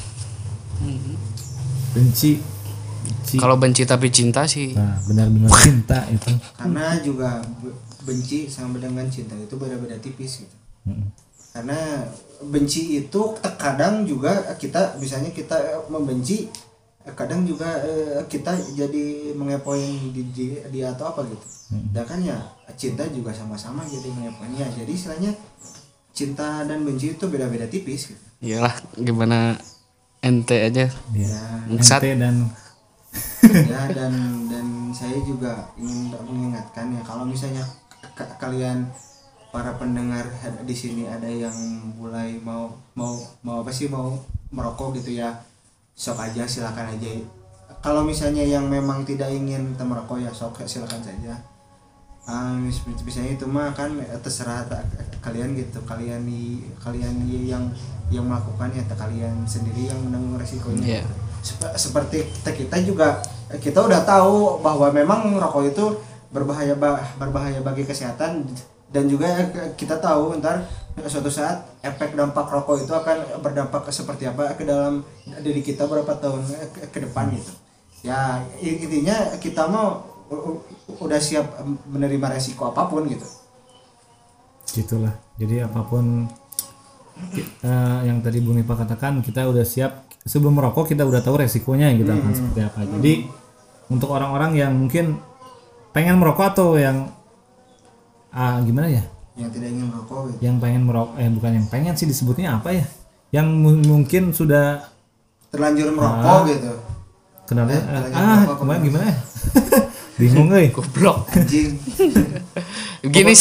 Benci. Kalau benci tapi cinta sih. Nah, benar-benar cinta itu. Karena juga benci sama dengan cinta itu beda-beda tipis gitu. Karena benci itu terkadang juga kita membenci, kadang juga kita jadi mengepoin dia atau apa gitu. Dan kan ya cinta juga sama-sama jadi mengepoinnya. Jadi istilahnya cinta dan benci itu beda-beda tipis gitu. Iyalah, gimana ente aja. Ya, ente dan dan saya juga ingin mengingatkan ya, kalau misalnya kalian para pendengar di sini ada yang mulai mau merokok gitu ya, sok aja, silakan aja. Kalau misalnya yang memang tidak ingin merokok ya sok silakan saja. Misalnya itu mah kan terserah kalian gitu, kalian yang melakukan ya kalian sendiri yang menanggung resikonya. Seperti kita juga, kita udah tahu bahwa memang rokok itu berbahaya bagi kesehatan, dan juga kita tahu ntar suatu saat efek dampak rokok itu akan berdampak seperti apa ke dalam diri kita berapa tahun ke depan gitu. Ya intinya kita mau udah siap menerima resiko apapun gitu. Gitulah. Jadi apapun yang tadi Bung Ipa katakan, kita udah siap sebelum merokok, kita udah tahu resikonya yang kita akan seperti apa. Jadi untuk orang-orang yang mungkin pengen merokok atau yang gimana ya? Yang tidak ingin merokok gitu. Yang pengen merokok, bukan yang pengen sih, disebutnya apa ya? Yang mungkin sudah terlanjur merokok gitu. Kenapa? Kemarin gimana ya? Bingung euy. Goblok. Anjing. Gini.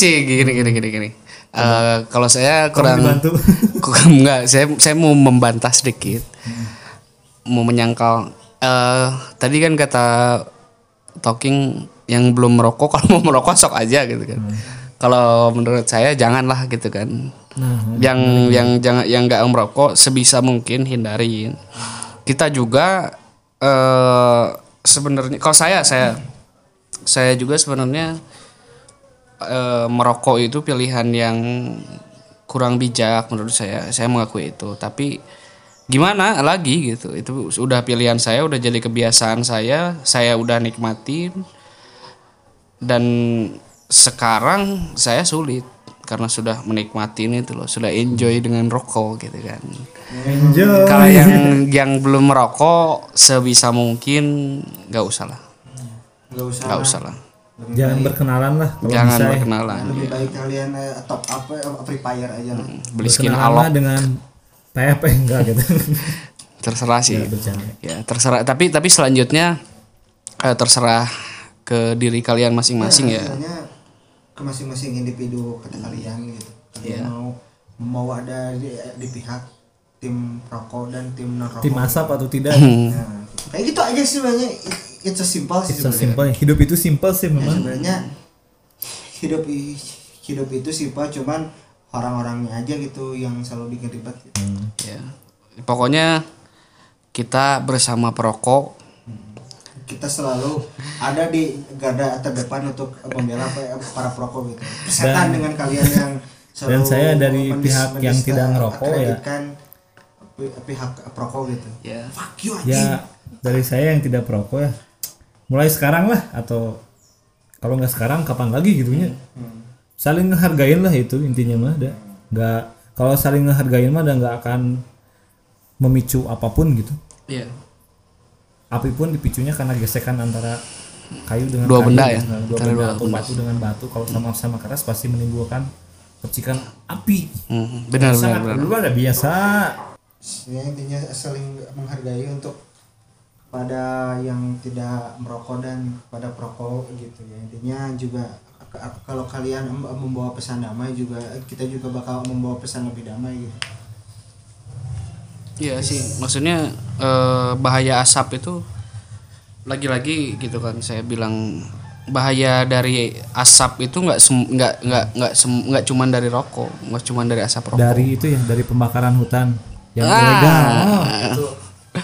Kalau saya kurang enggak, saya mau membantah sedikit. Mau menyangkal. Tadi kan kata Talking yang belum merokok, kalau mau merokok sok aja gitu kan. Kalau menurut saya janganlah gitu kan. Yang enggak merokok sebisa mungkin hindarin. Kita juga sebenarnya kalau saya juga sebenarnya merokok itu pilihan yang kurang bijak menurut saya mengakui itu. Tapi gimana lagi gitu, itu udah pilihan saya, udah jadi kebiasaan saya udah nikmatin, dan sekarang saya sulit karena sudah menikmatin itu loh, sudah enjoy dengan rokok gitu kan. Enjoy. Kalau yang belum merokok sebisa mungkin nggak usah lah. Jangan berkenalan lah. Jangan bisa, berkenalan. Lebih baik kalian top up Free Fire aja lah. Beli skin alok alok dengan PF enggak gitu. Terserah sih. Ya, Terserah. Tapi selanjutnya terserah ke diri kalian masing-masing ya. Ke masing-masing individu kata kalian gitu. Kalian mau ada di pihak tim rokok dan tim non rokok. Tim asap atau tidak? Nah, kayak gitu aja sih sebenarnya. It's so simple sih sebenarnya. Hidup itu simple sih memang. Sebenarnya hidup itu simpel, cuman orang-orangnya aja gitu yang selalu bikin ribet gitu. Ya. Pokoknya kita bersama perokok, kita selalu ada di garda terdepan untuk membela para perokok gitu. Setan dengan kalian yang selalu, dan saya dari pihak yang tidak ngerokok ya. Pihak perokok gitu. Ya. Fuck you anjing. Ya dari saya yang tidak perokok ya. Mulai sekarang lah, atau kalau nggak sekarang kapan lagi gitunya. Saling ngehargain lah, itu intinya mah. Nggak, kalau saling ngehargain mah nggak akan memicu apapun gitu. Iya. Api pun dipicunya karena gesekan antara kayu dengan dua kayu, benda ya. Dua benda atau batu dengan batu. Kalau sama-sama keras pasti menimbulkan percikan api. Benar. Luar biasa. Ya, intinya saling menghargai untuk pada yang tidak merokok dan pada perokok gitu ya. Intinya juga kalau kalian membawa pesan damai, juga kita juga bakal membawa pesan lebih damai gitu. Iya sih, maksudnya bahaya asap itu lagi-lagi gitu kan, saya bilang bahaya dari asap itu nggak cuma dari rokok, nggak cuma dari asap rokok. Dari itu ya, dari pembakaran hutan yang ilegal.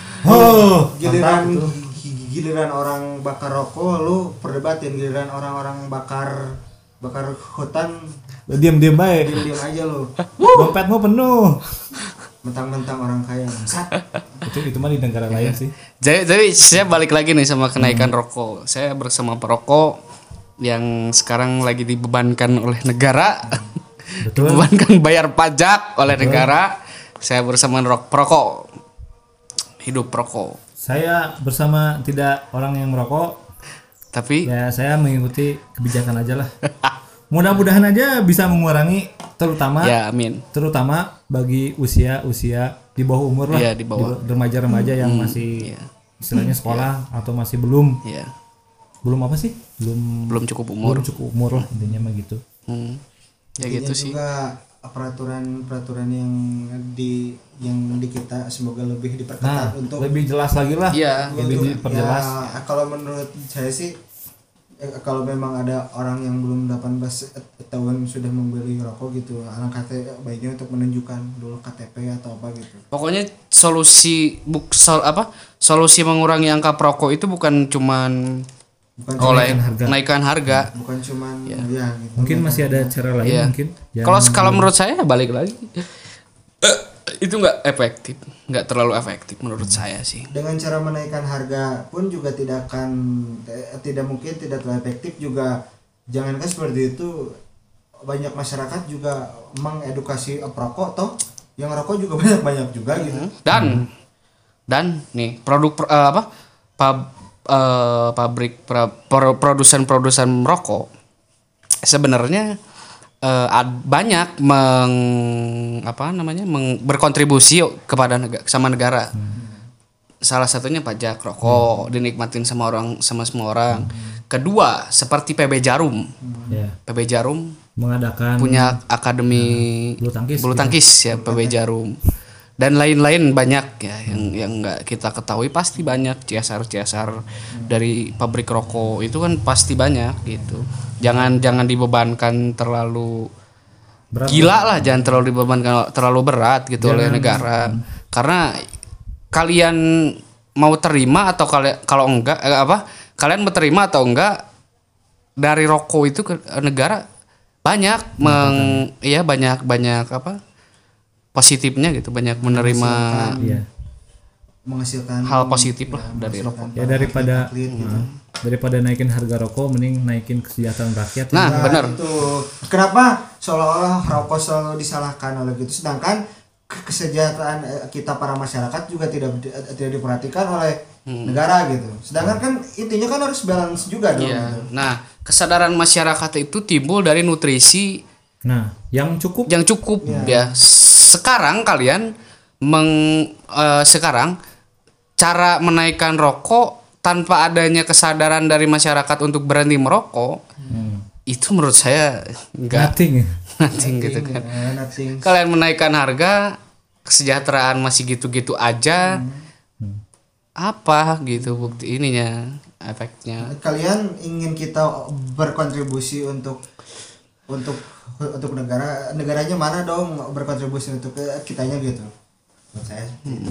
Giliran orang bakar rokok lu perdebatin, giliran orang-orang bakar hutan diam baik. Diam aja lu. Dompetmu penuh. Mentang-mentang orang kaya. Itu mah di negara lain sih. Jadi saya balik lagi nih sama kenaikan rokok. Saya bersama perokok yang sekarang lagi dibebankan oleh negara. Betul. Dibebankan bayar pajak oleh negara. Saya bersama perokok. Hidup perokok. Saya bersama tidak orang yang merokok. Tapi ya saya mengikuti kebijakan aja lah. Mudah-mudahan aja bisa mengurangi, terutama ya, amin. Terutama bagi usia di bawah umur lah. Ya, di bawah remaja-remaja yang masih istilahnya sekolah atau masih belum. Ya. belum apa sih? Belum cukup umur. Belum cukup umur lah intinya mah gitu. Ya gitu sih. Juga peraturan yang di kita semoga lebih diperketat untuk lebih jelas lagi lah. Iya, lebih diperjelas. Ya, kalau menurut saya sih kalau memang ada orang yang belum 18 tahun sudah membeli rokok gitu, alangkah baiknya untuk menunjukkan dulu KTP atau apa gitu. Pokoknya solusi mengurangi angka perokok itu bukan cuman oleh naikkan harga. Bukan cuman ya gitu. Mungkin masih ada cara lain mungkin. Kalau menurut saya balik lagi itu nggak terlalu efektif menurut saya sih. Dengan cara menaikkan harga pun juga tidak mungkin tidak terlalu efektif juga. Jangankan seperti itu, banyak masyarakat juga mengedukasi perokok toh, yang rokok juga banyak juga gitu. Dan nih pabrik produsen rokok sebenarnya banyak berkontribusi kepada sama negara. Salah satunya pajak rokok dinikmatin sama semua orang. Kedua, seperti PB Jarum. PB Jarum mengadakan punya akademi bulu tangkis ya, PB Jarum. Dan lain-lain banyak ya yang nggak kita ketahui, pasti banyak CSR dari pabrik rokok itu kan pasti banyak gitu. Jangan dibebankan terlalu berat, gila lah, jangan terlalu dibebankan terlalu berat gitu oleh negara. Karena kalian mau terima atau kalau enggak kalian mau terima atau enggak, dari rokok itu ke negara banyak banyak positifnya gitu, banyak menerima menghasilkan hal positif lah dari rokok. Ya daripada naikin harga rokok, mending naikin kesejahteraan rakyat. Nah, benar. Itu kenapa seolah-olah rokok selalu disalahkan oleh gitu, sedangkan kesejahteraan kita para masyarakat juga tidak diperhatikan oleh negara gitu. Sedangkan kan intinya kan harus balance juga dong. Gitu. Nah, kesadaran masyarakat itu timbul dari nutrisi. Nah, yang cukup ya. Sekarang kalian sekarang cara menaikkan rokok tanpa adanya kesadaran dari masyarakat untuk berhenti merokok, itu menurut saya nothing gitu kan. Kalian menaikkan harga, kesejahteraan masih gitu-gitu aja. Apa gitu bukti ininya, efeknya? Kalian ingin kita berkontribusi untuk negaranya mana dong berkontribusi untuk kitanya gitu. Menurut saya gitu.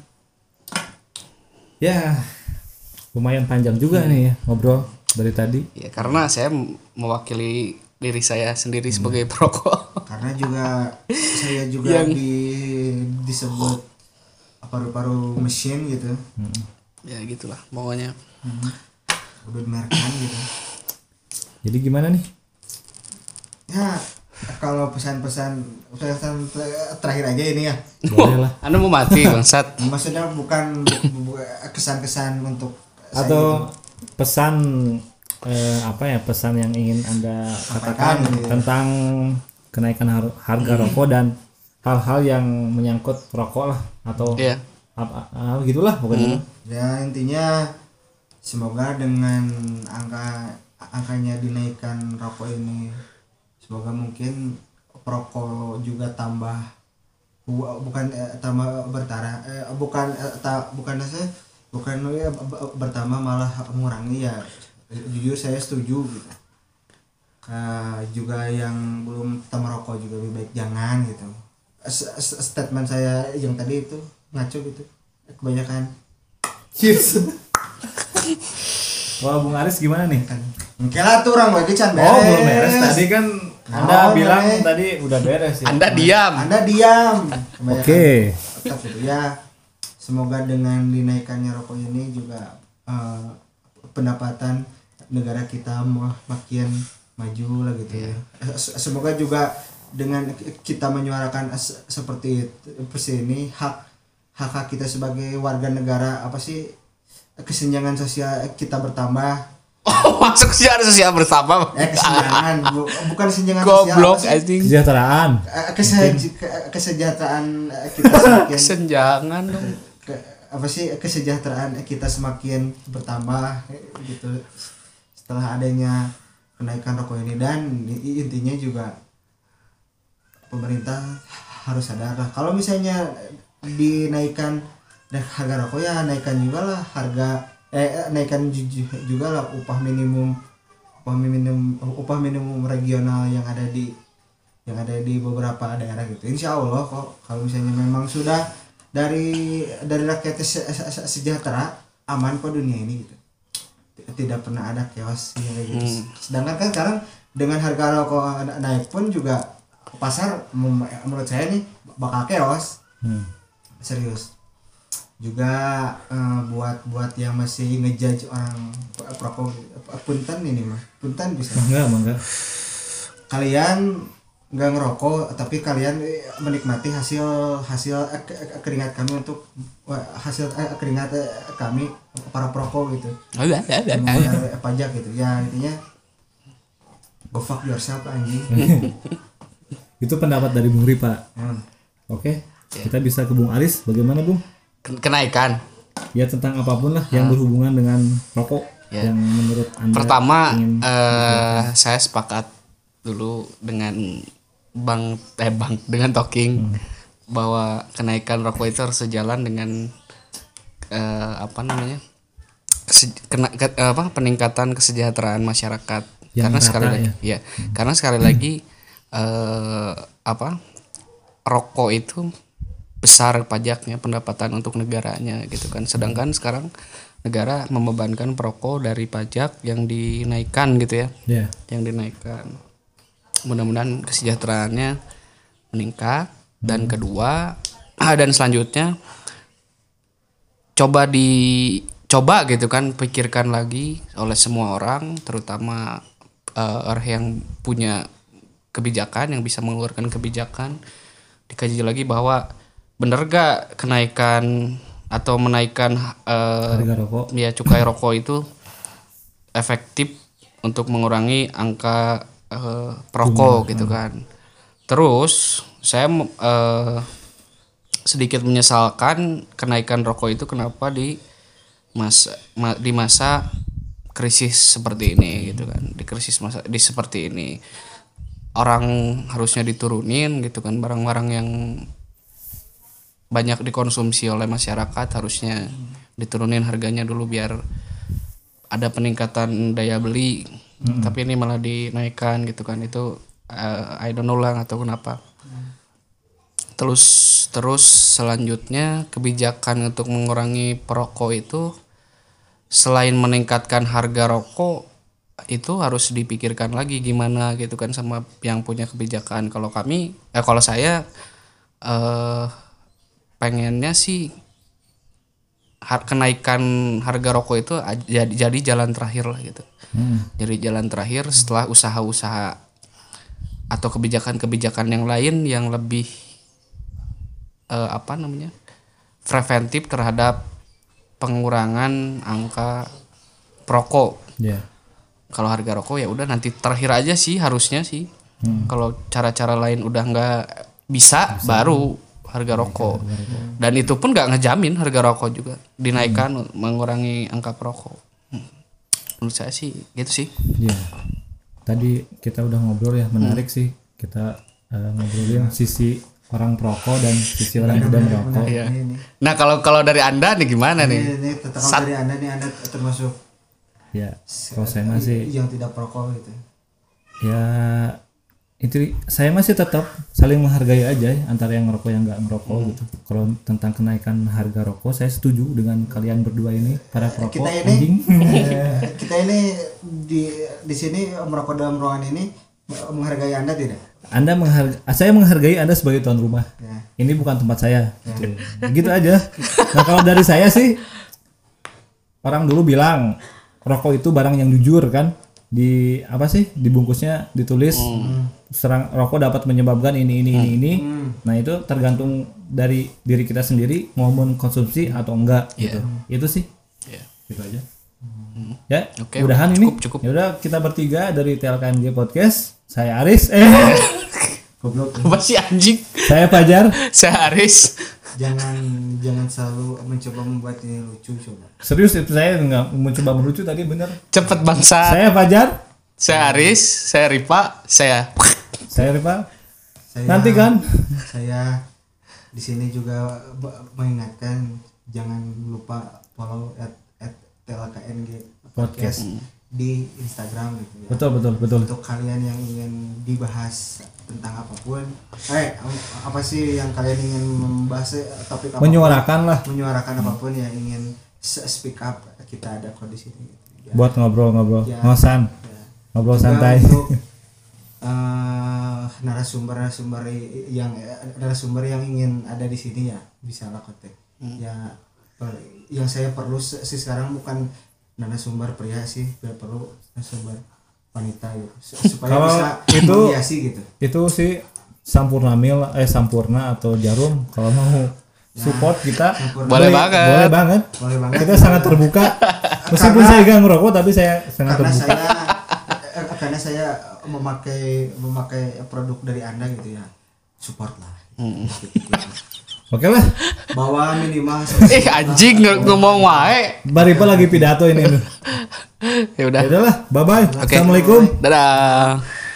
Ya, lumayan panjang juga nih ya ngobrol dari tadi. Ya, karena saya mewakili diri saya sendiri sebagai perokok. Karena saya juga disebut paru-paru mesin gitu. Ya gitulah pokoknya. Udah dimerkan gitu. Jadi gimana nih? Ya, kalau pesan-pesan terakhir aja ini ya. Boleh lah. Anda mau mati bangsat. Maksudnya bukan kesan-kesan untuk atau pesan pesan yang ingin Anda katakan tentang kenaikan harga rokok dan hal-hal yang menyangkut rokok lah atau gitulah pokoknya. Ya intinya semoga dengan angkanya dinaikkan rokok ini, semoga mungkin perokok juga bertambah malah mengurangi ya. Jujur saya setuju gitu. Juga yang belum merokok juga lebih baik jangan gitu. Statement saya yang tadi itu ngaco gitu kebanyakan. Cheers. Wah, Bung Aris gimana nih? Mungkin lah tuh orang lagi can beres. Oh, belum beres. Tadi kan Anda bilang tadi udah beres ya. Anda diam. Oke. Ya, semoga dengan dinaikannya rokok ini juga pendapatan negara kita makin maju lah gitu ya. Semoga juga dengan kita menyuarakan seperti ini hak kita sebagai warga negara, kesenjangan sosial kita bertambah. Oh, masuk sosial bertambah. Kesenjangan bukan kesenjangan goblok sosial. Kesejahteraan. Kesejahteraan kita semakin kesenjangan dong. Kesejahteraan kita semakin bertambah gitu. setelah adanya kenaikan rokok ini, dan intinya juga pemerintah harus sadar lah kalau misalnya dinaikkan dan harga rokok ya naikkan juga lah harga naikkan juga lah upah minimum regional yang ada di beberapa daerah gitu. Insya Allah kok kalau misalnya memang sudah dari rakyat sejahtera aman kok dunia ini gitu. Tidak pernah ada chaos gitu. Sedangkan kan sekarang dengan harga rokok naik pun juga pasar menurut saya nih bakal chaos. Serius. Juga buat yang masih ngejudge orang perokok, punten ini mah. Punten bisa. Mangga. Kalian nggak ngerokok tapi kalian menikmati hasil keringat kami untuk hasil keringat kami para perokok gitu. Membayar pajak gitu. Ya intinya go fuck yourself anjing. Itu pendapat dari Bung Ripa. Oke. Kita bisa ke Bung Aris, bagaimana Bung? Kenaikan. Ya tentang apapun lah yang berhubungan dengan rokok yang menurut Anda. Pertama, saya sepakat dulu dengan dengan Talking bahwa kenaikan rokok itu harus sejalan dengan peningkatan kesejahteraan masyarakat. Yang karena sekali lagi karena sekali lagi rokok itu besar pajaknya, pendapatan untuk negaranya gitu kan. Sedangkan sekarang negara membebankan perokok dari pajak yang dinaikkan gitu ya. Yang dinaikkan. Mudah-mudahan kesejahteraannya meningkat. Dan kedua dan selanjutnya coba gitu kan, pikirkan lagi oleh semua orang, terutama orang yang punya kebijakan, yang bisa mengeluarkan kebijakan, dikaji lagi bahwa bener gak kenaikan atau menaikkan harga rokok, ya cukai rokok itu efektif untuk mengurangi angka perokok gitu kan. Terus saya sedikit menyesalkan kenaikan rokok itu kenapa di masa krisis seperti ini gitu kan. Di krisis masa seperti ini orang harusnya diturunin gitu kan, barang-barang yang banyak dikonsumsi oleh masyarakat harusnya diturunin harganya dulu biar ada peningkatan daya beli. Tapi ini malah dinaikkan gitu kan. Itu I don't know lah atau kenapa. Terus selanjutnya kebijakan untuk mengurangi perokok itu selain meningkatkan harga rokok itu harus dipikirkan lagi gimana gitu kan sama yang punya kebijakan. Kalau saya pengennya sih kenaikan harga rokok itu jadi jalan terakhir lah gitu. Jadi jalan terakhir setelah usaha-usaha atau kebijakan-kebijakan yang lain yang lebih preventif terhadap pengurangan angka perokok. Kalau harga rokok ya udah nanti terakhir aja sih harusnya sih. Kalau cara-cara lain udah nggak bisa baru harga rokok. Dan itu pun nggak ngejamin harga rokok juga dinaikkan mengurangi angka perokok. Menurut saya sih gitu sih. Tadi kita udah ngobrol ya, menarik sih kita ngobrolin sisi orang perokok dan sisi orang yang tidak merokok. Nah kalau dari Anda nih gimana nih? Dari Anda nih, Anda termasuk kalau saya masih yang tidak perokok gitu. Ya itu saya masih tetap saling menghargai aja ya, antara yang ngerokok yang nggak ngerokok gitu. Kalau tentang kenaikan harga rokok saya setuju dengan kalian berdua ini para perokok. Kita ini di sini merokok dalam ruangan ini menghargai Anda tidak? Saya menghargai Anda sebagai tuan rumah. Ini bukan tempat saya. Gitu aja. Nah kalau dari saya sih, orang dulu bilang rokok itu barang yang jujur kan. Di bungkusnya ditulis rokok dapat menyebabkan ini. Nah itu tergantung dari diri kita sendiri mau mengkonsumsi atau enggak gitu. Itu sih. Gitu aja. Ya, mudahan ini cukup. Ya udah, kita bertiga dari TLKNG Podcast. Saya Aris. Goblok. Apa sih anjing? Saya Fajar. Saya Aris. jangan selalu mencoba membuat ini lucu, coba. Serius itu saya nggak mencoba melucu tadi bener. Cepet bangsa. Saya Fajar. Saya Aris, saya Ripa, saya Ripa. Nanti kan saya di sini juga mengingatkan jangan lupa follow @tlkng podcast di Instagram gitu ya. Betul. Untuk kalian yang ingin dibahas tentang apapun, apa sih yang kalian ingin membahas, topik apapun, menyuarakan apapun yang ingin speak up, kita ada kok di sini gitu. Ya. Buat ngobrol-ngobrol, ya, ngosan, ya. ngobrol santai. Untuk narasumber yang ingin ada di sini ya bisa lah kontak. Ya yang saya perlu sih sekarang bukan narasumber pria sih, perlu narasumber wanita gitu supaya kalau bisa itu menghiasi gitu. Itu sih Sampurna atau Jarum kalau mau support kita boleh banget. Kita sangat terbuka meskipun saya gak ngerokok tapi saya sangat terbuka karena saya memakai produk dari Anda gitu ya, support lah. Oke lah, bawa minimal anjing ngomong wae. Baripa lagi pidato ini. Ya udah. Ya udahlah, bye bye. Okay. Assalamualaikum. Dadah.